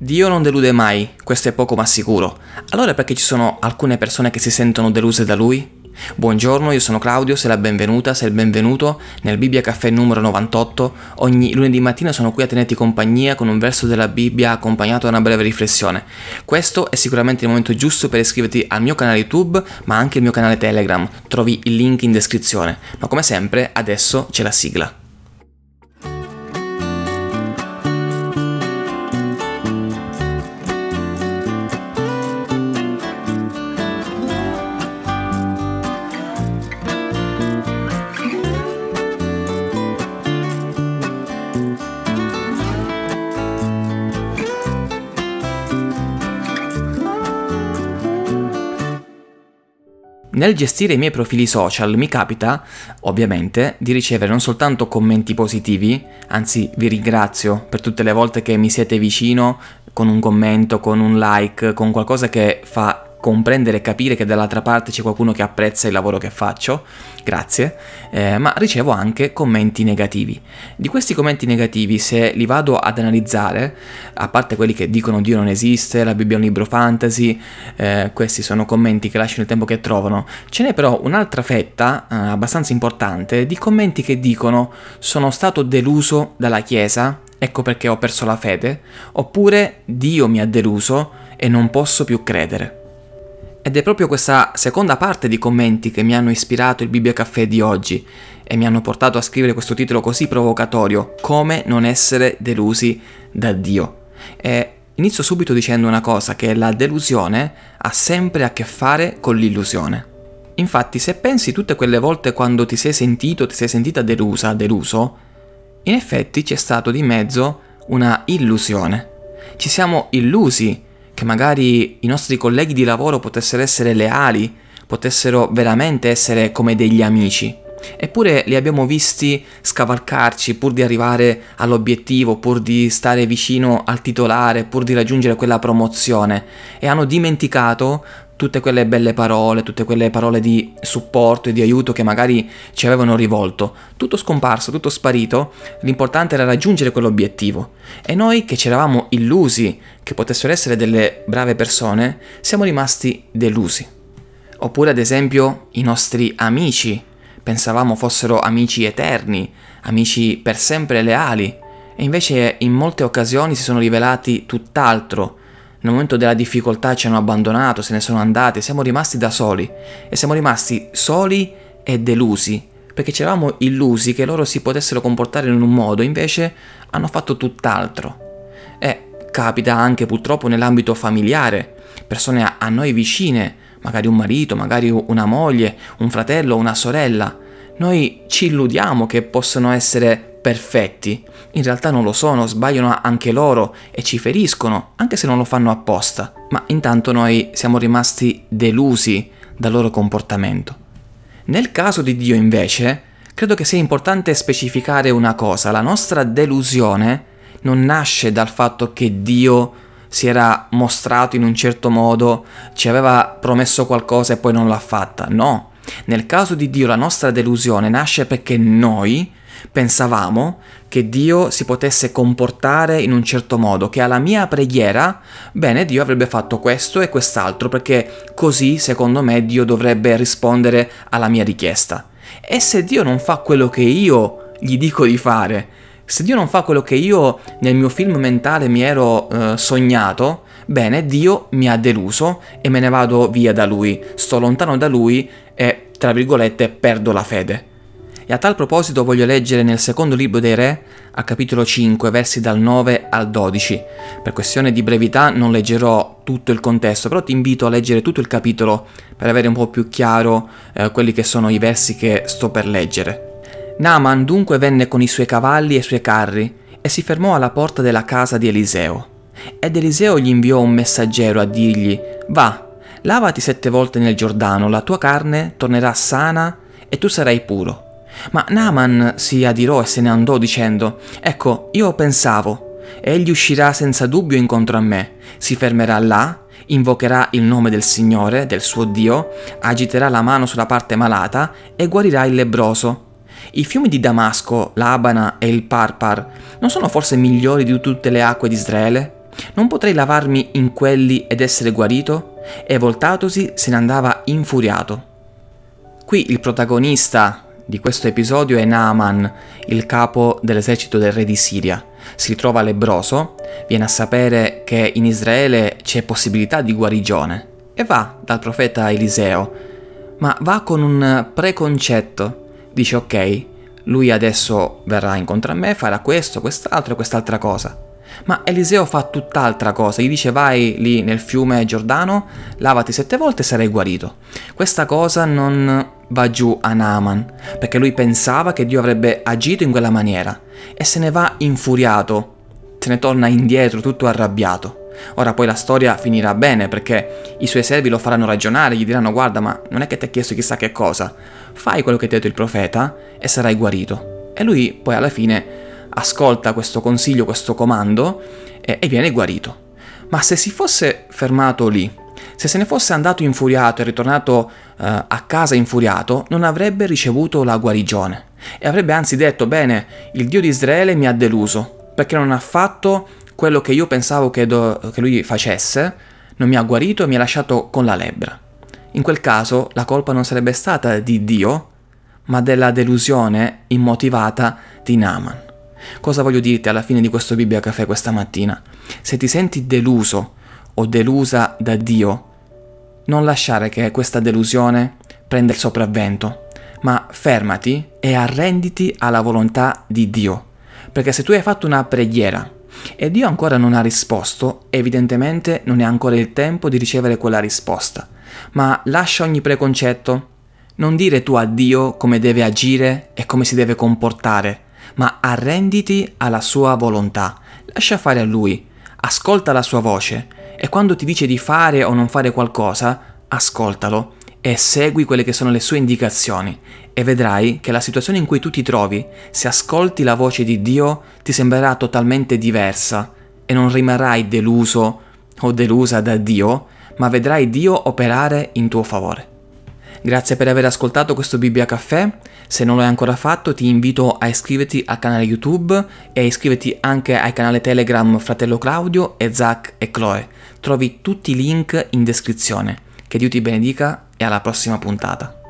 Dio non delude mai, questo è poco ma sicuro. Allora perché ci sono alcune persone che si sentono deluse da Lui? Buongiorno, io sono Claudio, sei la benvenuta, sei il benvenuto nel Bibbia Caffè numero 98. Ogni lunedì mattina sono qui a tenerti compagnia con un verso della Bibbia accompagnato da una breve riflessione. Questo è sicuramente il momento giusto per iscriverti al mio canale YouTube, ma anche il mio canale Telegram. Trovi il link in descrizione. Ma come sempre, adesso c'è la sigla. Nel gestire i miei profili social mi capita, ovviamente, di ricevere non soltanto commenti positivi, anzi vi ringrazio per tutte le volte che mi siete vicino con un commento, con un like, con qualcosa che fa comprendere e capire che dall'altra parte c'è qualcuno che apprezza il lavoro che faccio, grazie, ma ricevo anche commenti negativi. Di questi commenti negativi, se li vado ad analizzare, a parte quelli che dicono Dio non esiste, la Bibbia è un libro fantasy, questi sono commenti che lasciano il tempo che trovano, ce n'è però un'altra fetta abbastanza importante di commenti che dicono sono stato deluso dalla Chiesa, ecco perché ho perso la fede, oppure Dio mi ha deluso e non posso più credere. Ed è proprio questa seconda parte di commenti che mi hanno ispirato il Bibbia Caffè di oggi e mi hanno portato a scrivere questo titolo così provocatorio, come non essere delusi da Dio. E inizio subito dicendo una cosa, che la delusione ha sempre a che fare con l'illusione. Infatti, se pensi tutte quelle volte quando ti sei sentita deluso, in effetti c'è stato di mezzo una illusione. Ci siamo illusi che magari i nostri colleghi di lavoro potessero essere leali, potessero veramente essere come degli amici. Eppure li abbiamo visti scavalcarci pur di arrivare all'obiettivo, pur di stare vicino al titolare, pur di raggiungere quella promozione, e hanno dimenticato tutte quelle belle parole, tutte quelle parole di supporto e di aiuto che magari ci avevano rivolto. Tutto scomparso, tutto sparito, l'importante era raggiungere quell'obiettivo. E noi che ci eravamo illusi che potessero essere delle brave persone, siamo rimasti delusi. Oppure ad esempio i nostri amici, pensavamo fossero amici eterni, amici per sempre leali, e invece in molte occasioni si sono rivelati tutt'altro. Nel momento della difficoltà ci hanno abbandonato, se ne sono andati, siamo rimasti da soli. E siamo rimasti soli e delusi, perché ci eravamo illusi che loro si potessero comportare in un modo, invece hanno fatto tutt'altro. E capita anche purtroppo nell'ambito familiare, persone a noi vicine, magari un marito, magari una moglie, un fratello, una sorella. Noi ci illudiamo che possano essere perfetti, in realtà non lo sono, sbagliano anche loro e ci feriscono, anche se non lo fanno apposta, ma intanto noi siamo rimasti delusi dal loro comportamento. Nel caso di Dio invece, credo che sia importante specificare una cosa: la nostra delusione non nasce dal fatto che Dio si era mostrato in un certo modo, ci aveva promesso qualcosa e poi non l'ha fatta, no. Nel caso di Dio la nostra delusione nasce perché noi pensavamo che Dio si potesse comportare in un certo modo, che alla mia preghiera, bene, Dio avrebbe fatto questo e quest'altro, perché così, secondo me, Dio dovrebbe rispondere alla mia richiesta. E se Dio non fa quello che io gli dico di fare, se Dio non fa quello che io nel mio film mentale mi ero sognato, bene, Dio mi ha deluso e me ne vado via da Lui, sto lontano da Lui e, tra virgolette, perdo la fede. E a tal proposito voglio leggere nel secondo libro dei Re, al capitolo 5, versi dal 9 al 12. Per questione di brevità non leggerò tutto il contesto, però ti invito a leggere tutto il capitolo per avere un po' più chiaro quelli che sono i versi che sto per leggere. Naaman dunque venne con i suoi cavalli e i suoi carri e si fermò alla porta della casa di Eliseo. Ed Eliseo gli inviò un messaggero a dirgli: «Va, lavati 7 volte nel Giordano, la tua carne tornerà sana e tu sarai puro». Ma Naaman si adirò e se ne andò dicendo: «Ecco, io pensavo, egli uscirà senza dubbio incontro a me, si fermerà là, invocherà il nome del Signore, del suo Dio, agiterà la mano sulla parte malata e guarirà il lebbroso. I fiumi di Damasco, l'Abana e il Parpar non sono forse migliori di tutte le acque di Israele? Non potrei lavarmi in quelli ed essere guarito? E voltatosi se ne andava infuriato. Qui il protagonista di questo episodio è Naaman, il capo dell'esercito del re di Siria. Si ritrova lebbroso, viene a sapere che in Israele c'è possibilità di guarigione e va dal profeta Eliseo, ma va con un preconcetto. Dice ok, lui adesso verrà incontro a me, farà questo, quest'altro e quest'altra cosa. Ma Eliseo fa tutt'altra cosa, gli dice vai lì nel fiume Giordano, lavati 7 volte e sarai guarito. Questa cosa non va giù a Naaman, perché lui pensava che Dio avrebbe agito in quella maniera e se ne va infuriato, se ne torna indietro tutto arrabbiato. Ora poi la storia finirà bene perché i suoi servi lo faranno ragionare, gli diranno guarda ma non è che ti ha chiesto chissà che cosa, fai quello che ti ha detto il profeta e sarai guarito. E lui poi alla fine ascolta questo consiglio, questo comando e viene guarito. Ma se si fosse fermato lì, se se ne fosse andato infuriato e ritornato a casa infuriato, non avrebbe ricevuto la guarigione e avrebbe anzi detto bene, il Dio di Israele mi ha deluso perché non ha fatto quello che io pensavo che lui facesse, non mi ha guarito e mi ha lasciato con la lebbra. In quel caso la colpa non sarebbe stata di Dio, ma della delusione immotivata di Naaman. Cosa voglio dirti alla fine di questo Bibbia Caffè questa mattina? Se ti senti deluso o delusa da Dio, non lasciare che questa delusione prenda il sopravvento, ma fermati e arrenditi alla volontà di Dio. Perché se tu hai fatto una preghiera e Dio ancora non ha risposto, evidentemente non è ancora il tempo di ricevere quella risposta. Ma lascia ogni preconcetto, non dire tu a Dio come deve agire e come si deve comportare, ma arrenditi alla sua volontà, lascia fare a lui, ascolta la sua voce e quando ti dice di fare o non fare qualcosa, ascoltalo e segui quelle che sono le sue indicazioni e vedrai che la situazione in cui tu ti trovi, se ascolti la voce di Dio, ti sembrerà totalmente diversa e non rimarrai deluso o delusa da Dio, ma vedrai Dio operare in tuo favore. Grazie per aver ascoltato questo Bibbia Caffè. Se non lo hai ancora fatto ti invito a iscriverti al canale YouTube e a iscriverti anche al canale Telegram Fratello Claudio e Zach e Chloe. Trovi tutti i link in descrizione. Che Dio ti benedica e alla prossima puntata.